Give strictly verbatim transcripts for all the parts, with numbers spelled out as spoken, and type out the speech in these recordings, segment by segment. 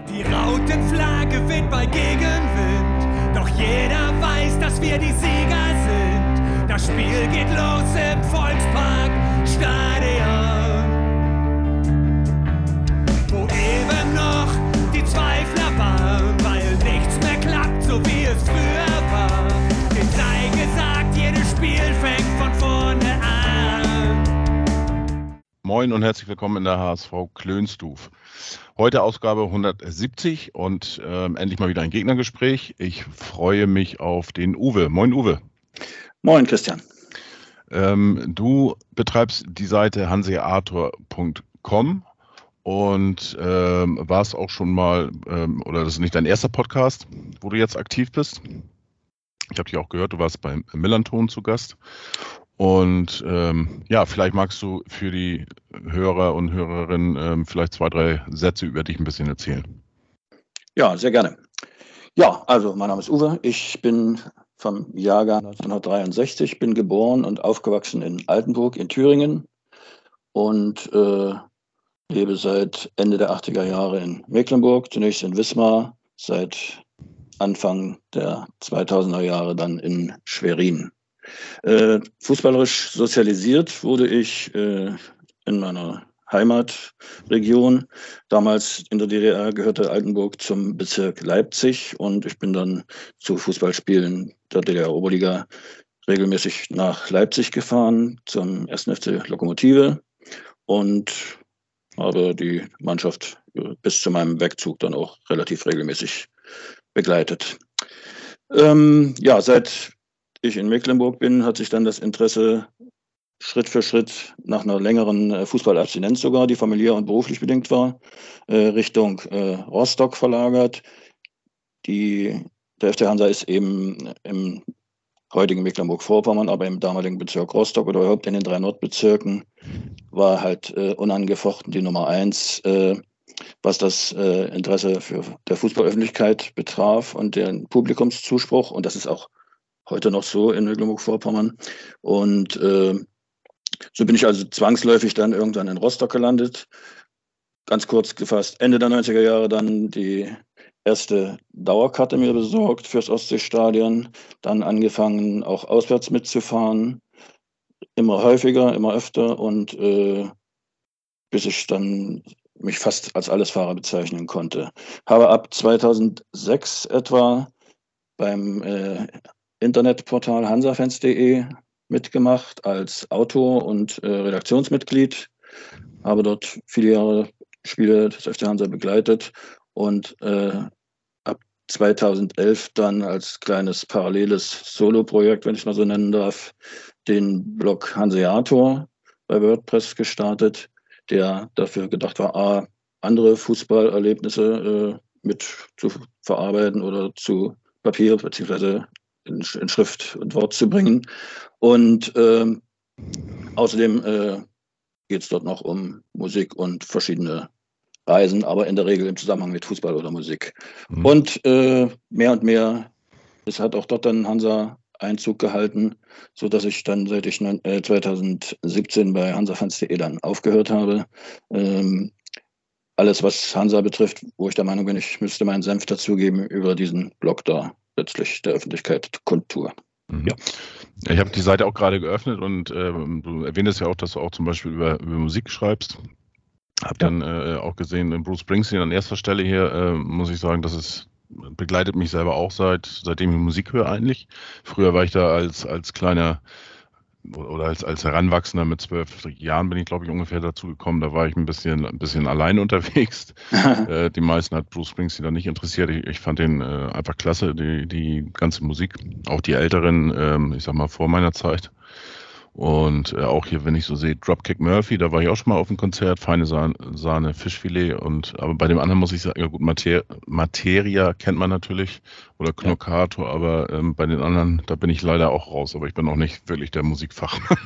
Die Rautenflagge weht bei Gegenwind, doch jeder weiß, dass wir die Sieger sind. Das Spiel geht los im Volksparkstadion, wo eben noch die Zweifler waren, weil nichts mehr klappt, so wie es früher war. Dem sei gesagt, jedes Spiel fängt von vorne an. Moin und herzlich willkommen in der H S V Klönstuf. Heute Ausgabe hundertsiebzig und äh, endlich mal wieder ein Gegnergespräch. Ich freue mich auf den Uwe. Moin Uwe. Moin Christian. Ähm, du betreibst die Seite hanseator punkt com und ähm, warst auch schon mal, ähm, oder das ist nicht dein erster Podcast, wo du jetzt aktiv bist. Ich habe dich auch gehört, du warst beim Millanton zu Gast. Und ähm, ja, vielleicht magst du für die Hörer und Hörerinnen ähm, vielleicht zwei, drei Sätze über dich ein bisschen erzählen. Ja, sehr gerne. Ja, also mein Name ist Uwe. Ich bin vom Jahrgang neunzehnhundertdreiundsechzig, bin geboren und aufgewachsen in Altenburg in Thüringen und äh, lebe seit Ende der achtziger Jahre in Mecklenburg, zunächst in Wismar, seit Anfang der zweitausender Jahre dann in Schwerin. Äh, fußballerisch sozialisiert wurde ich äh, in meiner Heimatregion. Damals in der D D R gehörte Altenburg zum Bezirk Leipzig und ich bin dann zu Fußballspielen der D D R-Oberliga regelmäßig nach Leipzig gefahren, zum ersten F C Lokomotive und habe die Mannschaft bis zu meinem Wegzug dann auch relativ regelmäßig begleitet. Ähm, ja, seit ich in Mecklenburg bin, hat sich dann das Interesse Schritt für Schritt nach einer längeren Fußballabstinenz sogar, die familiär und beruflich bedingt war, äh, Richtung äh, Rostock verlagert. Die, der F C Hansa ist eben im heutigen Mecklenburg-Vorpommern, aber im damaligen Bezirk Rostock oder überhaupt in den drei Nordbezirken, war halt äh, unangefochten die Nummer eins, äh, was das äh, Interesse für der Fußballöffentlichkeit betraf und den Publikumszuspruch. Und das ist auch heute noch so in Mecklenburg-Vorpommern. Und äh, so bin ich also zwangsläufig dann irgendwann in Rostock gelandet. Ganz kurz gefasst, Ende der neunziger Jahre dann die erste Dauerkarte mir besorgt fürs Ostseestadion. Dann angefangen, auch auswärts mitzufahren. Immer häufiger, immer öfter. Und äh, bis ich dann mich fast als Allesfahrer bezeichnen konnte. Habe ab zweitausendsechs etwa beim äh, Internetportal hansafans punkt de mitgemacht als Autor und äh, Redaktionsmitglied. Habe dort viele Jahre Spiele des F C Hansa begleitet und äh, ab zweitausendelf dann als kleines paralleles Solo-Projekt, wenn ich es mal so nennen darf, den Blog Hanseator bei WordPress gestartet, der dafür gedacht war, A, andere Fußballerlebnisse äh, mit zu verarbeiten oder zu Papier beziehungsweise in, in Schrift und Wort zu bringen. Und ähm, außerdem äh, geht es dort noch um Musik und verschiedene Reisen, aber in der Regel im Zusammenhang mit Fußball oder Musik. Mhm. Und äh, mehr und mehr, es hat auch dort dann Hansa Einzug gehalten, sodass ich dann, seit ich äh, zweitausendsiebzehn bei hansafans punkt de dann aufgehört habe, ähm, alles, was Hansa betrifft, wo ich der Meinung bin, ich müsste meinen Senf dazugeben, über diesen Blog da letztlich der Öffentlichkeit kundtue. Mhm. Ja. Ich habe die Seite auch gerade geöffnet und äh, du erwähntest ja auch, dass du auch zum Beispiel über, über Musik schreibst. Hab ja. dann äh, auch gesehen, Bruce Springsteen an erster Stelle hier, äh, muss ich sagen, das ist, begleitet mich selber auch seit seitdem ich Musik höre eigentlich. Früher war ich da als, als kleiner oder als, als Heranwachsender mit zwölf Jahren bin ich, glaube ich, ungefähr dazu gekommen. Da war ich ein bisschen, ein bisschen allein unterwegs. äh, die meisten hat Bruce Springsteen da nicht interessiert. Ich, ich fand den äh, einfach klasse, die, die ganze Musik. Auch die Älteren, ähm, ich sag mal, vor meiner Zeit. Und äh, auch hier, wenn ich so sehe, Dropkick Murphy, da war ich auch schon mal auf dem Konzert, feine Sahne, Sahne Fischfilet. Und aber bei dem anderen muss ich sagen, ja gut, Mater- Materia kennt man natürlich oder Knockator, ja. aber ähm, bei den anderen, da bin ich leider auch raus. Aber ich bin auch nicht wirklich der Musikfachmann.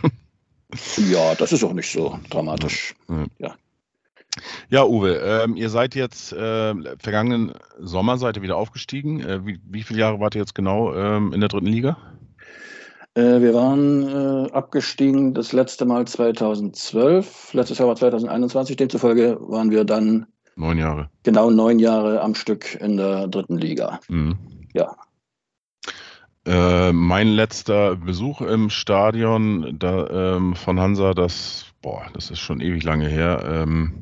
Ja, das ist auch nicht so dramatisch. Ja, ja. ja Uwe, ähm, ihr seid jetzt äh, vergangenen Sommer seid ihr wieder aufgestiegen. Äh, wie, wie viele Jahre wart ihr jetzt genau ähm, in der dritten Liga? Wir waren äh, abgestiegen das letzte Mal zweitausendzwölf, letztes Jahr war zweitausendeinundzwanzig, demzufolge waren wir dann Neun Jahre. Genau neun Jahre am Stück in der dritten Liga. Mhm. Ja. Äh, mein letzter Besuch im Stadion da, ähm, von Hansa, das, boah, das ist schon ewig lange her. Ähm,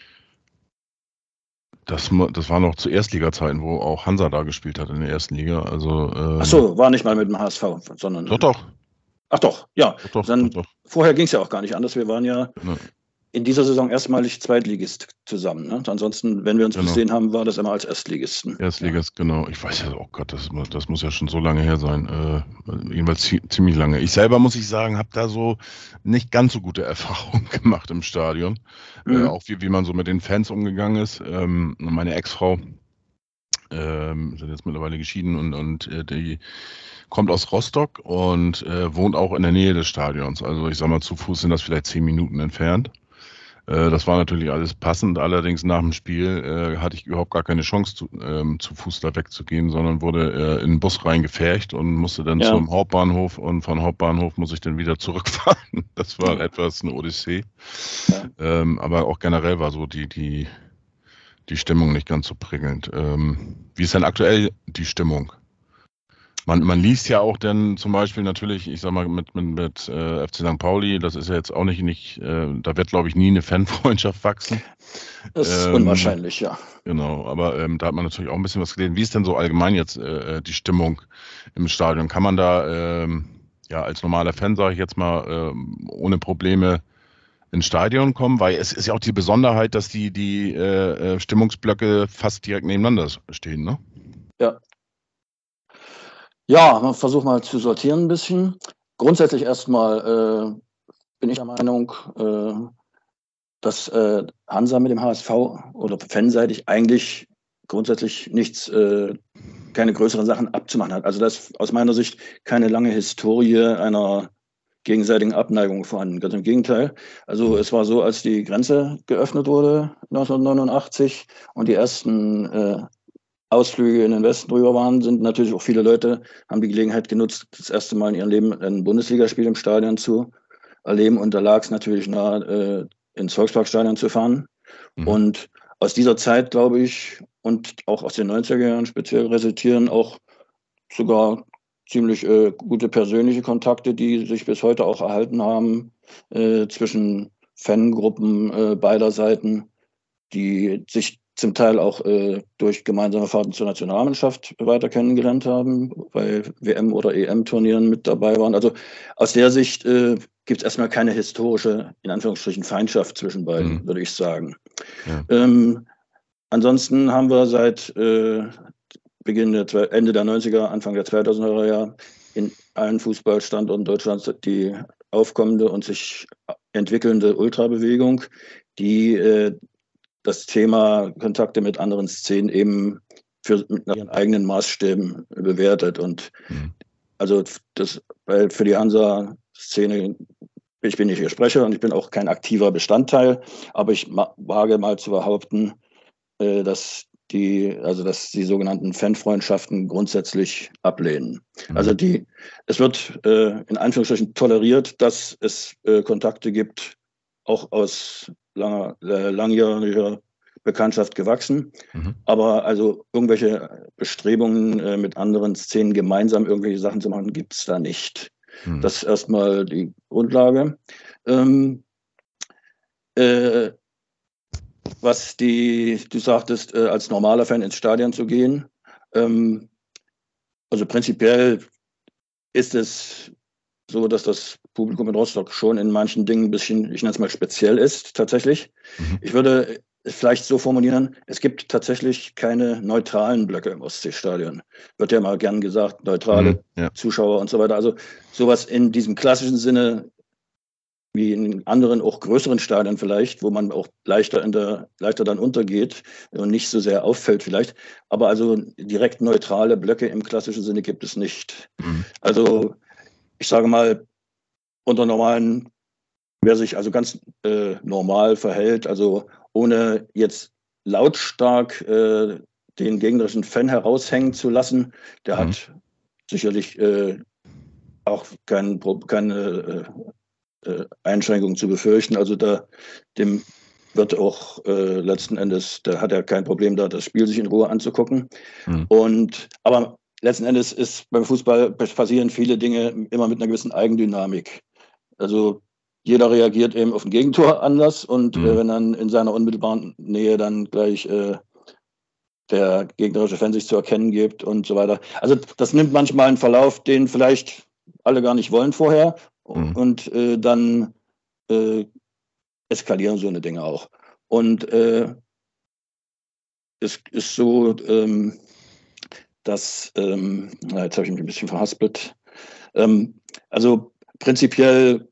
das, das war noch zu Erstliga-Zeiten, wo auch Hansa da gespielt hat in der ersten Liga. Also, ähm, Ach so, war nicht mal mit dem H S V, sondern. Doch, doch. Ach doch, ja. Doch, doch, Dann, doch, doch. Vorher ging es ja auch gar nicht anders. Wir waren ja Genau. in dieser Saison erstmalig Zweitligist zusammen. Ne? Ansonsten, wenn wir uns Genau. gesehen haben, war das immer als Erstligisten. Erstligist, ja. Genau. Ich weiß ja, oh Gott, das, das muss ja schon so lange her sein. Äh, jedenfalls ziemlich lange. Ich selber, muss ich sagen, habe da so nicht ganz so gute Erfahrungen gemacht im Stadion. Mhm. Äh, auch wie, wie man so mit den Fans umgegangen ist. Ähm, meine Ex-Frau ähm, sind jetzt mittlerweile geschieden und, und äh, die kommt aus Rostock und äh, wohnt auch in der Nähe des Stadions. Also ich sag mal, zu Fuß sind das vielleicht zehn Minuten entfernt. Äh, das war natürlich alles passend. Allerdings nach dem Spiel äh, hatte ich überhaupt gar keine Chance, zu, ähm, zu Fuß da wegzugehen, sondern wurde äh, in den Bus reingefercht und musste dann ja. zum Hauptbahnhof und von Hauptbahnhof muss ich dann wieder zurückfahren. Das war ja. etwas eine Odyssee. Ja. Ähm, aber auch generell war so die, die, die Stimmung nicht ganz so prickelnd. Ähm, wie ist denn aktuell die Stimmung? Man, man liest ja auch dann zum Beispiel natürlich, ich sag mal, mit, mit, mit äh, F C Sankt Pauli, das ist ja jetzt auch nicht, nicht äh, da wird, glaube ich, nie eine Fanfreundschaft wachsen. Das ist ähm, unwahrscheinlich, ja. Genau, aber ähm, da hat man natürlich auch ein bisschen was gelesen. Wie ist denn so allgemein jetzt äh, die Stimmung im Stadion? Kann man da ähm, ja als normaler Fan, sage ich jetzt mal, ähm, ohne Probleme ins Stadion kommen? Weil es ist ja auch die Besonderheit, dass die, die äh, Stimmungsblöcke fast direkt nebeneinander stehen, ne? Ja. Ja, man versucht mal zu sortieren ein bisschen. Grundsätzlich erstmal äh, bin ich der Meinung, äh, dass äh, Hansa mit dem H S V oder fanseitig eigentlich grundsätzlich nichts, äh, keine größeren Sachen abzumachen hat. Also da ist aus meiner Sicht keine lange Historie einer gegenseitigen Abneigung vorhanden. Ganz im Gegenteil. Also es war so, als die Grenze geöffnet wurde neunzehnhundertneunundachtzig und die ersten äh, Ausflüge in den Westen drüber waren, sind natürlich auch viele Leute, haben die Gelegenheit genutzt, das erste Mal in ihrem Leben ein Bundesligaspiel im Stadion zu erleben. Und da lag es natürlich nahe, äh, ins Volksparkstadion zu fahren. Mhm. Und aus dieser Zeit, glaube ich, und auch aus den neunziger Jahren speziell resultieren auch sogar ziemlich äh, gute persönliche Kontakte, die sich bis heute auch erhalten haben äh, zwischen Fangruppen äh, beider Seiten, die sich zum Teil auch äh, durch gemeinsame Fahrten zur Nationalmannschaft weiter kennengelernt haben, bei W M- oder E M-Turnieren mit dabei waren. Also aus der Sicht äh, gibt es erstmal keine historische, in Anführungsstrichen, Feindschaft zwischen beiden, mhm. würde ich sagen. Ja. Ähm, ansonsten haben wir seit äh, Beginn der, Ende der neunziger, Anfang der zweitausender Jahre in allen Fußballstandorten Deutschlands die aufkommende und sich entwickelnde Ultrabewegung, die äh, das Thema Kontakte mit anderen Szenen eben für, mit ihren eigenen Maßstäben bewertet. Und mhm. also das, weil für die Hansa-Szene, ich bin nicht ihr Sprecher und ich bin auch kein aktiver Bestandteil, aber ich wage mal zu behaupten, äh, dass die, also dass die sogenannten Fanfreundschaften grundsätzlich ablehnen. Mhm. Also die, es wird äh, in Anführungsstrichen toleriert, dass es äh, Kontakte gibt, auch aus langer, äh, langjähriger Bekanntschaft gewachsen. Mhm. Aber also irgendwelche Bestrebungen äh, mit anderen Szenen gemeinsam irgendwelche Sachen zu machen, gibt es da nicht. Mhm. Das ist erstmal die Grundlage. Ähm, äh, was die, du sagtest, äh, als normaler Fan ins Stadion zu gehen. Ähm, also prinzipiell ist es so, dass das Publikum in Rostock schon in manchen Dingen ein bisschen, ich nenne es mal speziell ist, tatsächlich. Mhm. Ich würde vielleicht so formulieren, es gibt tatsächlich keine neutralen Blöcke im Ostseestadion. Wird ja mal gern gesagt, neutrale mhm, ja. Zuschauer und so weiter. Also sowas in diesem klassischen Sinne, wie in anderen, auch größeren Stadien vielleicht, wo man auch leichter in der, leichter dann untergeht und nicht so sehr auffällt vielleicht. Aber also direkt neutrale Blöcke im klassischen Sinne gibt es nicht. Mhm. Also ich sage mal, unter normalen, wer sich also ganz äh, normal verhält, also ohne jetzt lautstark äh, den gegnerischen Fan heraushängen zu lassen, der mhm. hat sicherlich äh, auch kein, keine äh, Einschränkungen zu befürchten. Also da dem wird auch äh, letzten Endes, da hat er kein Problem da, das Spiel sich in Ruhe anzugucken. Mhm. Und aber letzten Endes ist beim Fußball passieren viele Dinge immer mit einer gewissen Eigendynamik. Also jeder reagiert eben auf ein Gegentor anders und Mhm. äh, wenn dann in seiner unmittelbaren Nähe dann gleich äh, der gegnerische Fan sich zu erkennen gibt und so weiter. Also das nimmt manchmal einen Verlauf, den vielleicht alle gar nicht wollen vorher Mhm. und äh, dann äh, eskalieren so eine Dinge auch. Und äh, es ist so, ähm, dass, ähm, na, jetzt habe ich mich ein bisschen verhaspelt. Ähm, also prinzipiell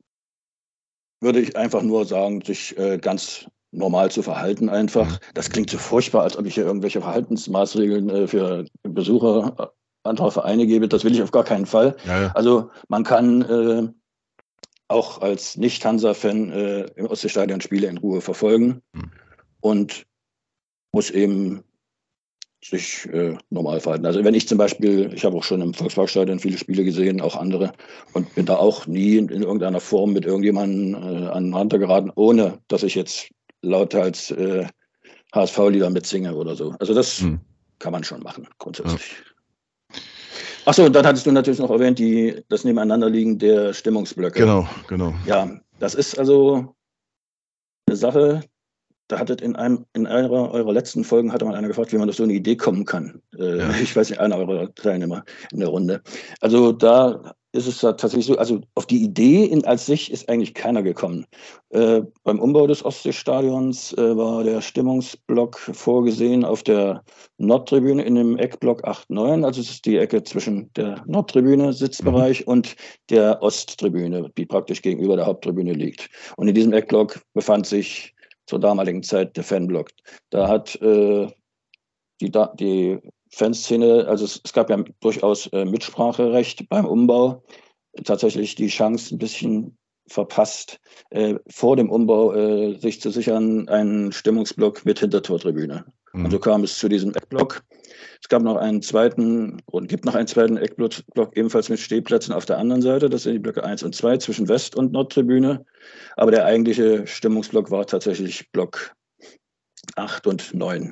würde ich einfach nur sagen, sich äh, ganz normal zu verhalten einfach. Mhm. Das klingt so furchtbar, als ob ich hier irgendwelche Verhaltensmaßregeln äh, für Besucher anderer Vereine gebe. Das will ich auf gar keinen Fall. Ja, ja. Also man kann äh, auch als Nicht-Hansa-Fan äh, im Ostseestadion Spiele in Ruhe verfolgen Mhm. und muss eben sich äh, normal verhalten. Also wenn ich zum Beispiel, ich habe auch schon im Volksparkstadion viele Spiele gesehen, auch andere, und bin da auch nie in, in irgendeiner Form mit irgendjemandem äh, an den Rand geraten, ohne dass ich jetzt lauthals äh, H S V-Lieder mitsinge oder so. Also das Mhm. kann man schon machen, grundsätzlich. Ja. Achso, und dann hattest du natürlich noch erwähnt, die, das Nebeneinanderliegen der Stimmungsblöcke. Genau, genau. Ja, das ist also eine Sache. Da hattet in einem, in einer eurer letzten Folgen hatte mal einer gefragt, wie man auf so eine Idee kommen kann. Äh, Ja. Ich weiß nicht, einer eurer Teilnehmer in der Runde. Also da ist es da tatsächlich so, also auf die Idee in, als sich ist eigentlich keiner gekommen. Äh, beim Umbau des Ostseestadions äh, war der Stimmungsblock vorgesehen auf der Nordtribüne in dem Eckblock acht neun. Also es ist die Ecke zwischen der Nordtribüne, Sitzbereich, mhm. und der Osttribüne, die praktisch gegenüber der Haupttribüne liegt. Und in diesem Eckblock befand sich zur damaligen Zeit der Fanblock. Da hat äh, die, die Fanszene, also es, es gab ja durchaus äh, Mitspracherecht beim Umbau, tatsächlich die Chance ein bisschen verpasst, äh, vor dem Umbau äh, sich zu sichern, einen Stimmungsblock mit Hintertortribüne. Mhm. Und so kam es zu diesem Eckblock. Es gab noch einen zweiten und gibt noch einen zweiten Eckblock, ebenfalls mit Stehplätzen auf der anderen Seite. Das sind die Blöcke eins und zwei zwischen West- und Nordtribüne. Aber der eigentliche Stimmungsblock war tatsächlich Block acht und neun.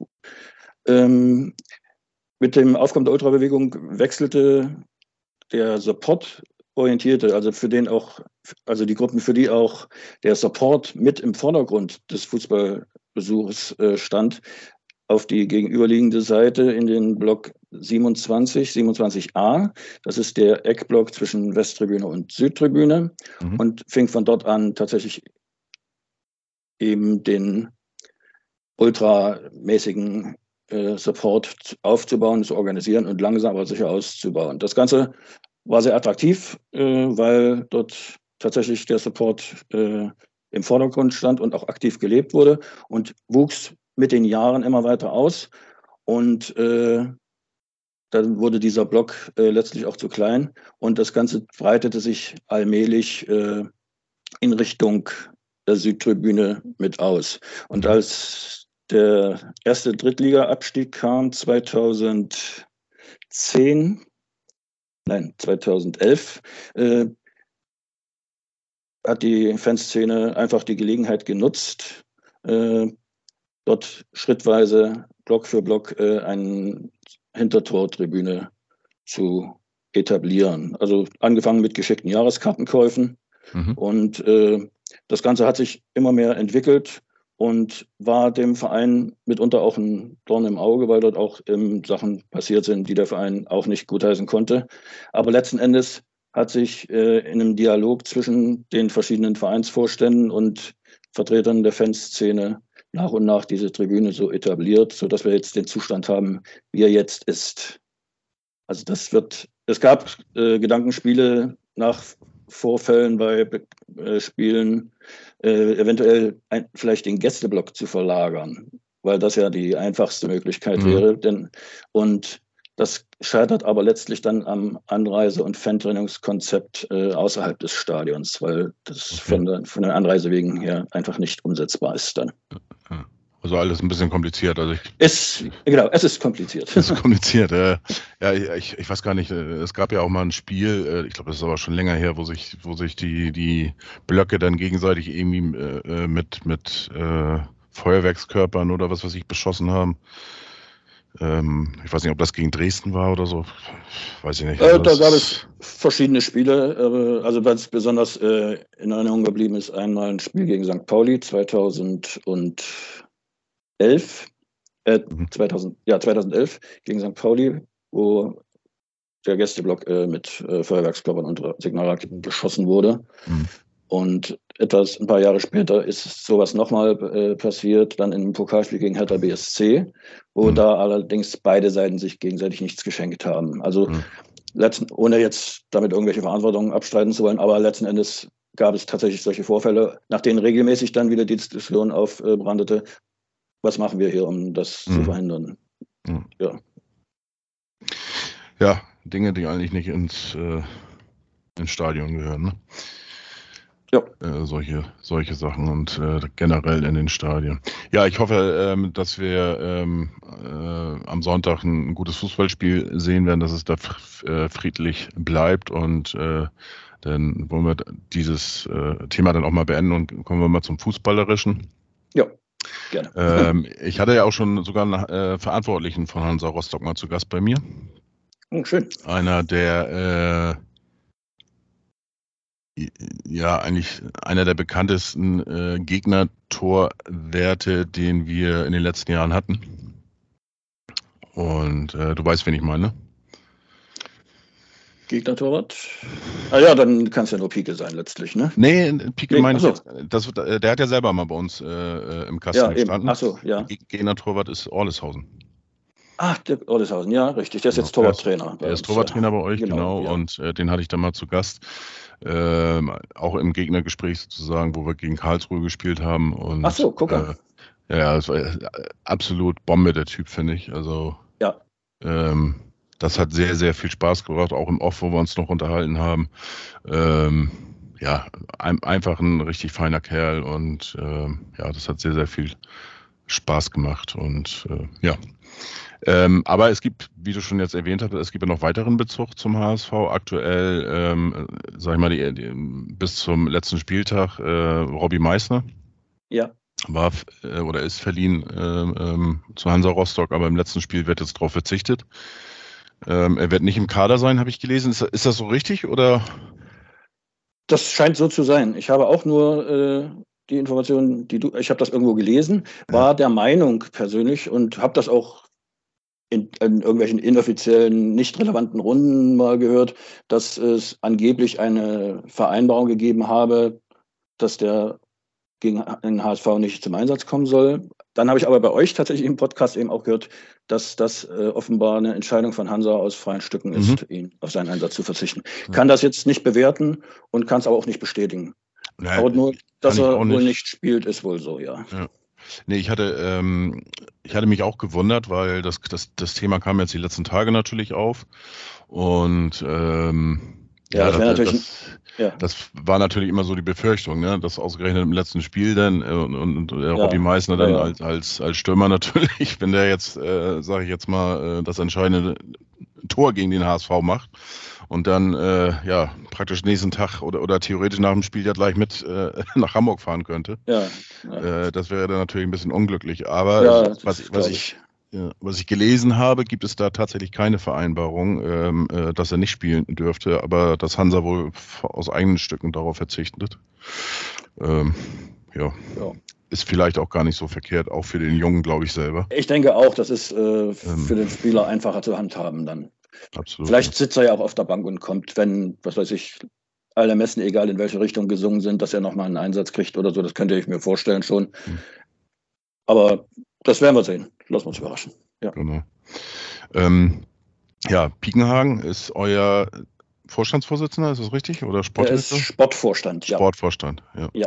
Ähm, mit dem Aufkommen der Ultrabewegung wechselte der Support orientierte, also für den auch, also die Gruppen, für die auch der Support mit im Vordergrund des Fußballbesuchs äh, stand, auf die gegenüberliegende Seite in den Block siebenundzwanzig, siebenundzwanzig a. Das ist der Eckblock zwischen Westtribüne und Südtribüne, mhm. und fing von dort an tatsächlich eben den ultramäßigen äh, Support aufzubauen, zu organisieren und langsam aber sicher auszubauen. Das Ganze war sehr attraktiv, äh, weil dort tatsächlich der Support äh, im Vordergrund stand und auch aktiv gelebt wurde und wuchs mit den Jahren immer weiter aus. Und äh, dann wurde dieser Block äh, letztlich auch zu klein und das Ganze breitete sich allmählich äh, in Richtung der Südtribüne mit aus. Und als der erste Drittliga-Abstieg kam, zweitausendzehn, nein, zweitausendelf, äh, hat die Fanszene einfach die Gelegenheit genutzt, äh, dort schrittweise Block für Block äh, eine Hintertortribüne zu etablieren. Also angefangen mit geschickten Jahreskartenkäufen. Mhm. Und äh, das Ganze hat sich immer mehr entwickelt und war dem Verein mitunter auch ein Dorn im Auge, weil dort auch ähm, Sachen passiert sind, die der Verein auch nicht gutheißen konnte. Aber letzten Endes hat sich äh, in einem Dialog zwischen den verschiedenen Vereinsvorständen und Vertretern der Fanszene nach und nach diese Tribüne so etabliert, sodass wir jetzt den Zustand haben, wie er jetzt ist. Also das wird, es gab äh, Gedankenspiele nach Vorfällen bei äh, Spielen, äh, eventuell ein, vielleicht den Gästeblock zu verlagern, weil das ja die einfachste Möglichkeit mhm. wäre. Denn, und das scheitert aber letztlich dann am Anreise- und Fantrennungskonzept äh, außerhalb des Stadions, weil das okay. von, der, von den Anreisewegen her einfach nicht umsetzbar ist dann. Also Also alles ein bisschen kompliziert. Also ich, Es, genau, es ist kompliziert. es ist kompliziert. Äh, ja, ich, ich weiß gar nicht. äh, Es gab ja auch mal ein Spiel. Äh, ich glaube, das ist aber schon länger her, wo sich, wo sich die, die Blöcke dann gegenseitig irgendwie äh, mit, mit äh, Feuerwerkskörpern oder was weiß ich beschossen haben. Ähm, ich weiß nicht, ob das gegen Dresden war oder so. Weiß ich nicht. Äh, Also da das gab ist- es verschiedene Spiele. Äh, also was besonders äh, in Erinnerung geblieben ist, einmal ein Spiel gegen Sankt Pauli zweitausendelf. Äh, Mhm. zweitausend, ja, zweitausendelf gegen Sankt Pauli, wo der Gästeblock äh, mit äh, Feuerwerkskörpern und Signalraketen beschossen wurde. Mhm. Und etwas, ein paar Jahre später ist sowas nochmal äh, passiert, dann in einem Pokalspiel gegen Hertha B S C, wo Mhm. da allerdings beide Seiten sich gegenseitig nichts geschenkt haben. Also Mhm. letzten, ohne jetzt damit irgendwelche Verantwortung abstreiten zu wollen, aber letzten Endes gab es tatsächlich solche Vorfälle, nach denen regelmäßig dann wieder die Diskussion aufbrandete, was machen wir hier, um das zu Mhm. verhindern. Mhm. Ja. Ja, Dinge, die eigentlich nicht ins, äh, ins Stadion gehören. Ne? Ja. Äh, solche, solche Sachen und äh, generell in den Stadien. Ja, ich hoffe, ähm, dass wir ähm, äh, am Sonntag ein, ein gutes Fußballspiel sehen werden, dass es da f- äh, friedlich bleibt und äh, dann wollen wir dieses äh, Thema dann auch mal beenden und kommen wir mal zum Fußballerischen. Ja, gerne. Ähm, ich hatte ja auch schon sogar einen äh, Verantwortlichen von Hansa Rostock mal zu Gast bei mir. Oh, schön. Einer der äh, ja, eigentlich einer der bekanntesten äh, Gegner-Torwerte, den wir in den letzten Jahren hatten. Und äh, du weißt, wen ich meine. Gegner-Torwart? Ah ja, dann kann es ja nur Pike sein letztlich, ne? Nee, Pike Nee, meine ich ach jetzt. Das, wird- der hat ja selber mal bei uns äh, im Kasten Ja, eben. gestanden. Ach so, ja. Geg- Gegner-Torwart ist Orleshausen. Ach, der Oldeshausen, ja, richtig. Der ist Genau. jetzt Torwarttrainer. bei Er ist uns, Torwarttrainer ja. bei euch, genau. Genau, ja. Und äh, den hatte ich dann mal zu Gast. Ähm, auch im Gegnergespräch sozusagen, wo wir gegen Karlsruhe gespielt haben. Und, Ach so, guck an. Äh, ja, das war äh, absolut Bombe, der Typ, finde ich. Also, Ja. ähm, das hat sehr, sehr viel Spaß gebracht, auch im Off, wo wir uns noch unterhalten haben. Ähm, ja, ein, einfach ein richtig feiner Kerl und ähm, ja, das hat sehr, sehr viel Spaß gemacht. Und äh, ja. Ähm, aber es gibt, wie du schon jetzt erwähnt hast, es gibt ja noch weiteren Bezug zum H S V. Aktuell, ähm, sag ich mal, die, die, bis zum letzten Spieltag äh, Robby Meissner Ja. war äh, oder ist verliehen äh, ähm, zu Hansa Rostock, aber im letzten Spiel wird jetzt darauf verzichtet. Ähm, er wird nicht im Kader sein, habe ich gelesen. Ist, ist das so richtig oder? Das scheint so zu sein. Ich habe auch nur äh, die Informationen, die du, ich habe das irgendwo gelesen, war der Meinung persönlich und habe das auch in, in irgendwelchen inoffiziellen, nicht relevanten Runden mal gehört, dass es angeblich eine Vereinbarung gegeben habe, dass der gegen den H S V nicht zum Einsatz kommen soll. Dann habe ich aber bei euch tatsächlich im Podcast eben auch gehört, dass das äh, offenbar eine Entscheidung von Hansa aus freien Stücken ist, Mhm. ihn auf seinen Einsatz zu verzichten. Ja. Kann das jetzt nicht bewerten und kann es aber auch nicht bestätigen. Ja, aber nur, dass kann ich er auch wohl nicht. nicht spielt, ist wohl so, ja. Ja. Nee, ich hatte, ähm, ich hatte mich auch gewundert, weil das, das, das Thema kam jetzt die letzten Tage natürlich auf. Und ähm, Ja, ja, das das, wäre natürlich das, Ja. das war natürlich immer so die Befürchtung, ne? Dass ausgerechnet im letzten Spiel dann äh, und, und äh, Ja. Robby Meissner dann Ja, ja. als, als, als Stürmer natürlich, wenn der jetzt, äh, sage ich jetzt mal, äh, das entscheidende Tor gegen den H S V macht und dann äh, ja praktisch nächsten Tag oder, oder theoretisch nach dem Spiel ja gleich mit äh, nach Hamburg fahren könnte. Ja, ja. Äh, das wäre dann natürlich ein bisschen unglücklich. Aber Ja, äh, das was, was, glaub ich, ja, was ich gelesen habe, gibt es da tatsächlich keine Vereinbarung, ähm, äh, dass er nicht spielen dürfte, aber dass Hansa wohl f- aus eigenen Stücken darauf verzichtet. Ähm, ja. Ja. Ist vielleicht auch gar nicht so verkehrt, auch für den Jungen, glaube ich, selber. Ich denke auch, das ist äh, für Ähm. den Spieler einfacher zu handhaben dann. Absolut. Vielleicht sitzt er ja auch auf der Bank und kommt, wenn, was weiß ich, alle Messen, egal in welche Richtung gesungen sind, dass er nochmal einen Einsatz kriegt oder so. Das könnte ich mir vorstellen schon. Hm. Aber das werden wir sehen. Lassen wir uns überraschen. Ja. Genau. Ähm, ja, Piekenhagen ist euer Vorstandsvorsitzender, ist das richtig? Oder Er ist Sportdirektor? Sportvorstand, ja. Sportvorstand, ja. Ja.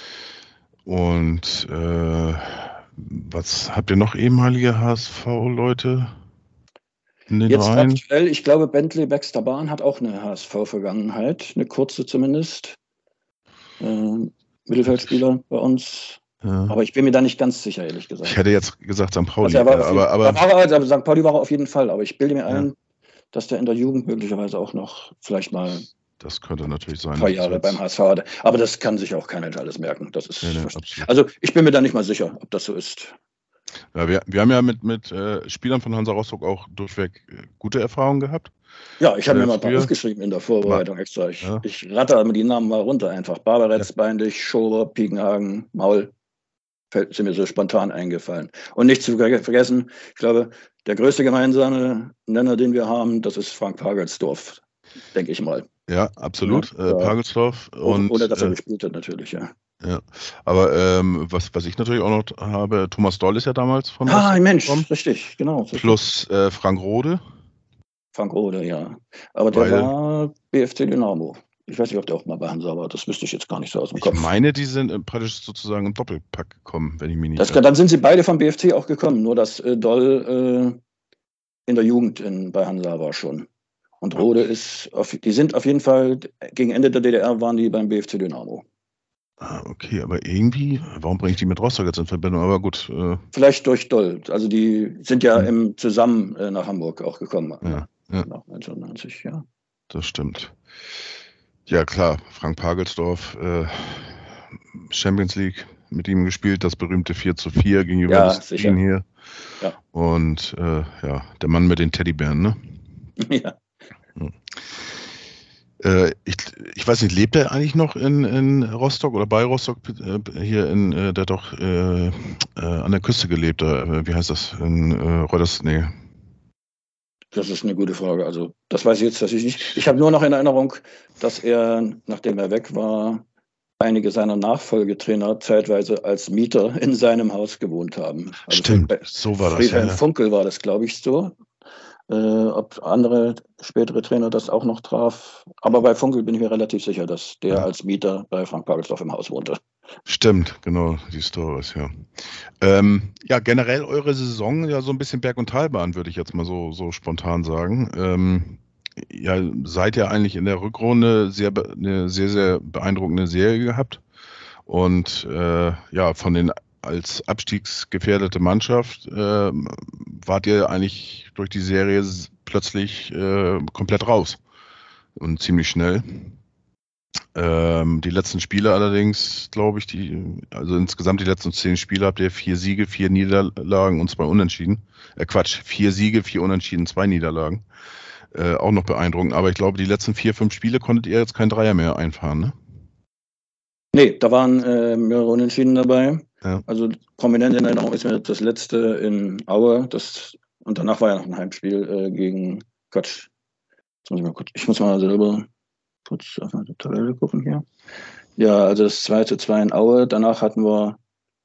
Und äh, was habt ihr noch ehemalige H S V-Leute in den Jetzt Reihen? aktuell, ich glaube, Bentley Baxter Bahn hat auch eine H S V-Vergangenheit, eine kurze zumindest. Ähm, Mittelfeldspieler bei uns. Ja. Aber ich bin mir da nicht ganz sicher, ehrlich gesagt. Ich hätte jetzt gesagt Sankt Pauli. Also er war äh, auf jeden- aber, aber, da war er, also Sankt Pauli war er auf jeden Fall, aber ich bilde mir Ja. ein, dass der in der Jugend möglicherweise auch noch vielleicht mal ein das könnte natürlich sein. paar dass Jahre jetzt- beim H S V hatte. Aber das kann sich auch keiner alles merken. Das ist Nee, nee, verste- absolut. also ich bin mir da nicht mal sicher, ob das so ist. Ja, wir, wir haben ja mit, mit äh, Spielern von Hansa Rostock auch durchweg äh, gute Erfahrungen gehabt. Ja, ich habe Äh, mir mal ein paar früher- aufgeschrieben in der Vorbereitung extra. Ich, Ja. ich ratter die Namen mal runter einfach. Barbaretz, Beinlich, Schober, Piekenhagen, Maul. Fällt, sind mir so spontan eingefallen. Und nicht zu ver- vergessen, ich glaube, der größte gemeinsame Nenner, den wir haben, das ist Frank Pagelsdorf, denke ich mal. Ja, absolut. Ja, äh, ja. Pagelsdorf. Und, Ohne dass er äh, gespielt hat, natürlich, ja. ja. Aber ähm, was, was ich natürlich auch noch habe, Thomas Doll ist ja damals von Ah, Rostock Mensch, gekommen. richtig, genau. richtig. Plus äh, Frank Rode. Frank Rode, ja. Aber der Beide. war B F C Dynamo. Ich weiß nicht, ob der auch mal bei Hansa war. Das wüsste ich jetzt gar nicht so aus dem Ich Kopf. meine, die sind äh, praktisch sozusagen im Doppelpack gekommen, wenn ich mich nicht Das, irre. dann sind sie beide vom B F C auch gekommen, nur dass äh, Doll äh, in der Jugend in, bei Hansa war schon. Und Rode ist, auf, die sind auf jeden Fall, gegen Ende der D D R waren die beim B F C Dynamo. Ah, okay, aber irgendwie, warum bringe ich die mit Rostock jetzt in Verbindung? Aber gut, äh, Vielleicht durch Doll. Also die sind ja Hm. im, zusammen äh, nach Hamburg auch gekommen. ja, ja, Nach neunzehnhundertneunzig, ja. das stimmt. Ja, klar, Frank Pagelsdorf, äh, Champions League mit ihm gespielt, das berühmte vier zu vier gegen Ja, Juventus sicher. Turin hier. Ja. Und äh, ja, der Mann mit den Teddybären, ne? ja. Äh, ich, ich weiß nicht, lebt er eigentlich noch in, in Rostock oder bei Rostock, äh, hier in, äh, der hat doch äh, äh, an der Küste gelebt, äh, wie heißt das? In äh, Reuters, nee. Das ist eine gute Frage. Also, das weiß ich jetzt natürlich nicht. Ich habe nur noch in Erinnerung, dass er, nachdem er weg war, einige seiner Nachfolgetrainer zeitweise als Mieter in seinem Haus gewohnt haben. Also Stimmt, bei so war das. Friedhelm Ja, ja. Funkel war das, glaube ich, so. Äh, ob andere spätere Trainer das auch noch traf. Aber bei Funkel bin ich mir relativ sicher, dass der Ja. als Mieter bei Frank Pagelsdorf im Haus wohnte. Stimmt, genau, die Stories, ja. Ähm, ja, generell eure Saison ja so ein bisschen Berg- und Talbahn, würde ich jetzt mal so, so spontan sagen. Ähm, ja, seid ihr eigentlich in der Rückrunde sehr, be- eine sehr, sehr beeindruckende Serie gehabt. Und äh, ja, von den als abstiegsgefährdete Mannschaft äh, wart ihr eigentlich durch die Serie s- plötzlich äh, komplett raus. Und ziemlich schnell. Ähm, die letzten Spiele allerdings, glaube ich, die, also insgesamt die letzten zehn Spiele habt ihr vier Siege, vier Niederlagen und zwei Unentschieden. Äh, Quatsch, vier Siege, vier Unentschieden, zwei Niederlagen. Äh, auch noch beeindruckend. Aber ich glaube, die letzten vier, fünf Spiele konntet ihr jetzt kein Dreier mehr einfahren, ne? Nee, da waren äh, mehrere Unentschieden dabei. Ja. Also prominent in Erinnerung ist mir das letzte in Aue. Das, und danach war ja noch ein Heimspiel äh, gegen Quatsch. Jetzt muss ich, mal kurz, ich muss mal selber kurz auf meine Tabelle gucken hier. Ja, also das zwei zu zwei in Aue. Danach hatten wir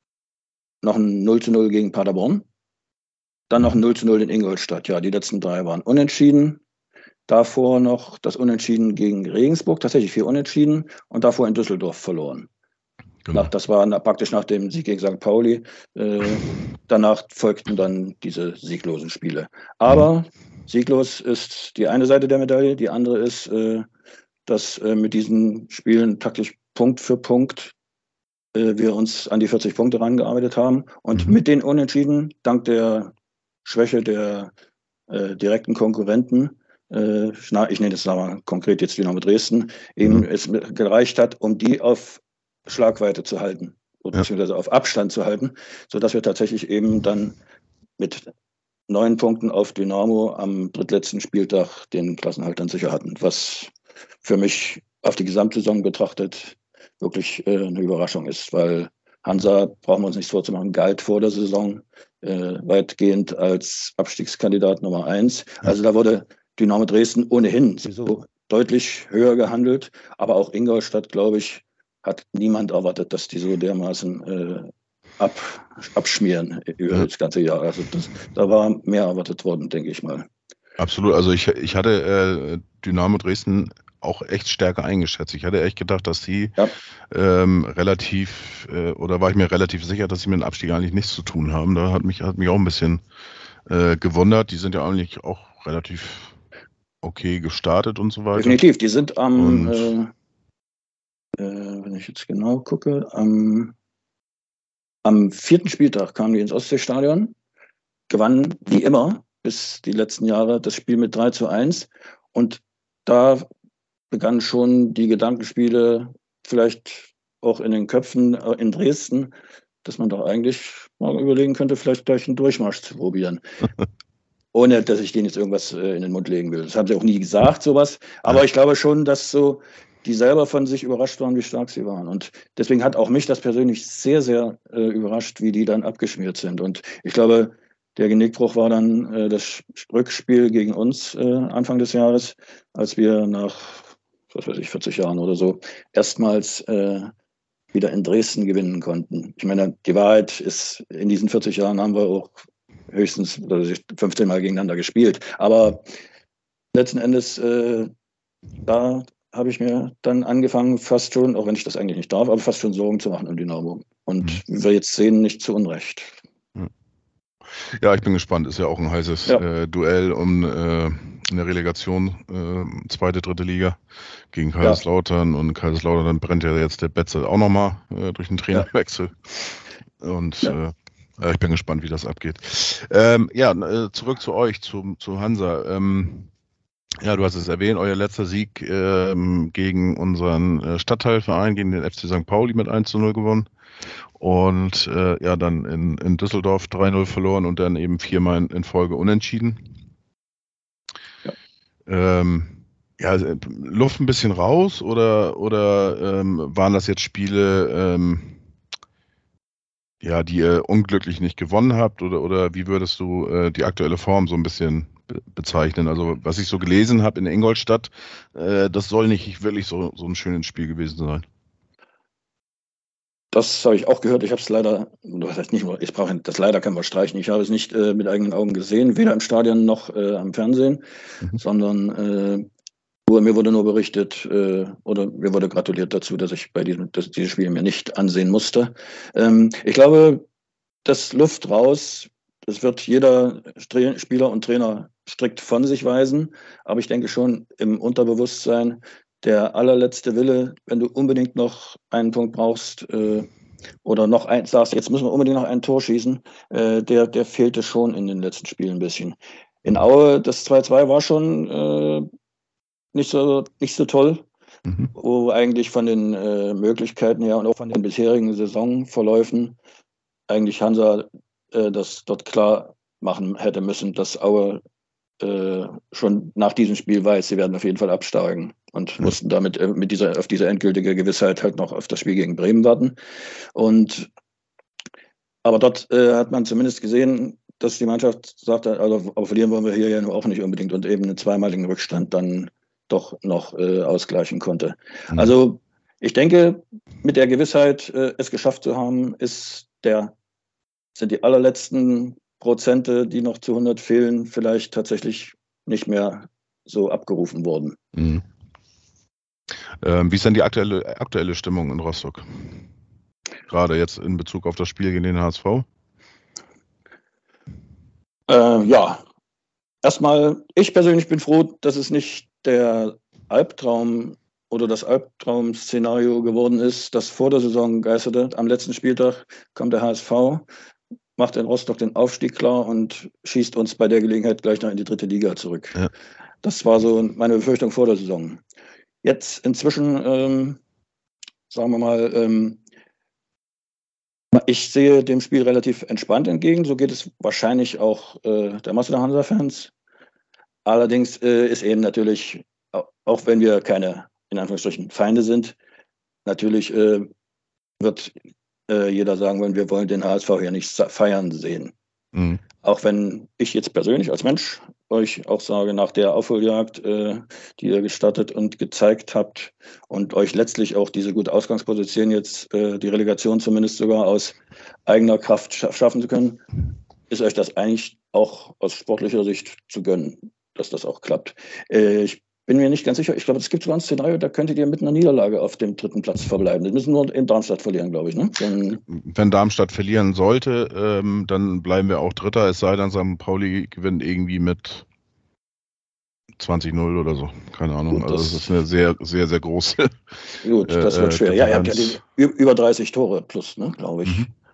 noch ein null zu null gegen Paderborn. Dann noch ein null zu null in Ingolstadt. Ja, die letzten drei waren unentschieden. Davor noch das Unentschieden gegen Regensburg, tatsächlich vier Unentschieden. Und davor in Düsseldorf verloren. Genau. Nach, das war na, praktisch nach dem Sieg gegen Sankt Pauli. Äh, danach folgten dann diese sieglosen Spiele. Aber sieglos ist die eine Seite der Medaille. Die andere ist, äh, dass äh, mit diesen Spielen praktisch Punkt für Punkt äh, wir uns an die vierzig Punkte rangearbeitet haben. Und Mhm. mit den Unentschieden, dank der Schwäche der äh, direkten Konkurrenten, äh, na, ich nenne es mal konkret jetzt Dynamo Dresden, eben Mhm. es gereicht hat, um die auf Schlagweite zu halten, oder Ja. beziehungsweise auf Abstand zu halten, sodass wir tatsächlich eben dann mit neun Punkten auf Dynamo am drittletzten Spieltag den Klassenerhalt dann sicher hatten, was für mich auf die Gesamtsaison betrachtet wirklich äh, eine Überraschung ist, weil Hansa, brauchen wir uns nichts vorzumachen, galt vor der Saison äh, weitgehend als Abstiegskandidat Nummer eins. Ja. Also da wurde Dynamo Dresden ohnehin sowieso deutlich höher gehandelt, aber auch Ingolstadt, glaube ich, hat niemand erwartet, dass die so dermaßen äh, ab, abschmieren über Ja. das ganze Jahr. Also das, da war mehr erwartet worden, denke ich mal. Absolut. Also ich, ich hatte äh, Dynamo Dresden auch echt stärker eingeschätzt. Ich hatte echt gedacht, dass die Ja. ähm, relativ, äh, oder war ich mir relativ sicher, dass sie mit dem Abstieg eigentlich nichts zu tun haben. Da hat mich, hat mich auch ein bisschen äh, gewundert. Die sind ja eigentlich auch relativ okay gestartet und so weiter. Definitiv, die sind am, Und- äh, äh, wenn ich jetzt genau gucke, am am vierten Spieltag kamen die ins Ostseestadion, gewannen wie immer bis die letzten Jahre das Spiel mit drei zu eins. Und da begannen schon die Gedankenspiele, vielleicht auch in den Köpfen in Dresden, dass man doch eigentlich mal überlegen könnte, vielleicht gleich einen Durchmarsch zu probieren. Ohne, dass ich denen jetzt irgendwas äh, in den Mund legen will. Das haben sie auch nie gesagt, sowas. Aber ja. Ich glaube schon, dass so die selber von sich überrascht waren, wie stark sie waren. Und deswegen hat auch mich das persönlich sehr, sehr äh, überrascht, wie die dann abgeschmiert sind. Und ich glaube, der Genickbruch war dann äh, das Rückspiel gegen uns äh, Anfang des Jahres, als wir nach, was weiß ich, vierzig Jahren oder so, erstmals äh, wieder in Dresden gewinnen konnten. Ich meine, die Wahrheit ist, in diesen vierzig Jahren haben wir auch höchstens fünfzehn Mal gegeneinander gespielt. Aber letzten Endes, äh, da habe ich mir dann angefangen, fast schon, auch wenn ich das eigentlich nicht darf, aber fast schon Sorgen zu machen um Dynamo. Und mhm. wie wir jetzt sehen, nicht zu Unrecht. Ja, ich bin gespannt. Ist ja auch ein heißes ja. äh, Duell um äh, eine Relegation, äh, zweite, dritte Liga gegen Kaiserslautern. Ja. Und Kaiserslautern, dann brennt ja jetzt der Betzel auch nochmal äh, durch den Trainerwechsel. Ja. Und ja. äh, ich bin gespannt, wie das abgeht. Ähm, ja, äh, zurück zu euch, zu, zu Hansa. Ähm, ja, du hast es erwähnt, euer letzter Sieg ähm, gegen unseren äh, Stadtteilverein, gegen den F C Sankt Pauli mit eins zu null gewonnen. Und äh, ja, dann in, in Düsseldorf drei null verloren und dann eben viermal in, in Folge unentschieden. Ja, ähm, ja, Luft ein bisschen raus oder, oder ähm, waren das jetzt Spiele, ähm, ja, die ihr unglücklich nicht gewonnen habt? Oder, oder wie würdest du äh, die aktuelle Form so ein bisschen be- bezeichnen? Also was ich so gelesen habe in Ingolstadt, äh, das soll nicht wirklich so, so ein schönes Spiel gewesen sein. Das habe ich auch gehört. Ich habe es leider, das heißt nicht, ich brauche das leider kann man streichen. Ich habe es nicht äh, mit eigenen Augen gesehen, weder im Stadion noch äh, am Fernsehen, mhm. sondern äh, nur, mir wurde nur berichtet äh, oder mir wurde gratuliert dazu, dass ich bei diesem dass dieses Spiel mir nicht ansehen musste. Ähm, ich glaube, das Luft raus, das wird jeder Spieler und Trainer strikt von sich weisen, aber ich denke schon im Unterbewusstsein, der allerletzte Wille, wenn du unbedingt noch einen Punkt brauchst äh, oder noch ein, sagst, jetzt müssen wir unbedingt noch ein Tor schießen, äh, der, der fehlte schon in den letzten Spielen ein bisschen. In Aue, das zwei zwei war schon äh, nicht so, nicht so toll, mhm. wo eigentlich von den äh, Möglichkeiten her und auch von den bisherigen Saisonverläufen eigentlich Hansa äh, das dort klar machen hätte müssen, dass Aue äh, schon nach diesem Spiel weiß, sie werden auf jeden Fall absteigen. Und mhm. mussten damit äh, mit dieser, auf diese endgültige Gewissheit halt noch auf das Spiel gegen Bremen warten. Und aber dort äh, hat man zumindest gesehen, dass die Mannschaft sagte, also aber verlieren wollen wir hier ja nur auch nicht unbedingt und eben einen zweimaligen Rückstand dann doch noch äh, ausgleichen konnte. Mhm. Also ich denke, mit der Gewissheit, äh, es geschafft zu haben, ist der, sind die allerletzten Prozente, die noch zu hundert fehlen, vielleicht tatsächlich nicht mehr so abgerufen worden. Mhm. Ähm, wie ist denn die aktuelle, aktuelle Stimmung in Rostock? Gerade jetzt in Bezug auf das Spiel gegen den H S V? Äh, ja, erstmal, ich persönlich bin froh, dass es nicht der Albtraum oder das Albtraum-Szenario geworden ist, das vor der Saison geisterte. Am letzten Spieltag kam der H S V, macht in Rostock den Aufstieg klar und schießt uns bei der Gelegenheit gleich noch in die dritte Liga zurück. Ja. Das war so meine Befürchtung vor der Saison. Jetzt inzwischen, ähm, sagen wir mal, ähm, ich sehe dem Spiel relativ entspannt entgegen. So geht es wahrscheinlich auch äh, der Masse der Hansa-Fans. Allerdings äh, ist eben natürlich, auch wenn wir keine, in Anführungsstrichen, Feinde sind, natürlich äh, wird äh, jeder sagen wollen, wir wollen den H S V hier nicht feiern sehen. Mhm. Auch wenn ich jetzt persönlich als Mensch euch auch sage, nach der Aufholjagd, äh, die ihr gestartet und gezeigt habt und euch letztlich auch diese gute Ausgangsposition jetzt, äh, die Relegation zumindest sogar aus eigener Kraft scha- schaffen zu können, ist euch das eigentlich auch aus sportlicher Sicht zu gönnen, dass das auch klappt. Äh, ich bin mir nicht ganz sicher, ich glaube, es gibt sogar ein Szenario, da könntet ihr mit einer Niederlage auf dem dritten Platz verbleiben. Das müssen nur in Darmstadt verlieren, glaube ich. Ne? Dann Wenn Darmstadt verlieren sollte, ähm, dann bleiben wir auch Dritter, es sei denn, Sankt Pauli gewinnt irgendwie mit zwanzig null oder so. Keine Ahnung. Gut, also das ist eine sehr, sehr, sehr große. Gut, das wird äh, schwer. Ja, ihr habt ja die über dreißig Tore plus, ne, glaube ich. Mhm.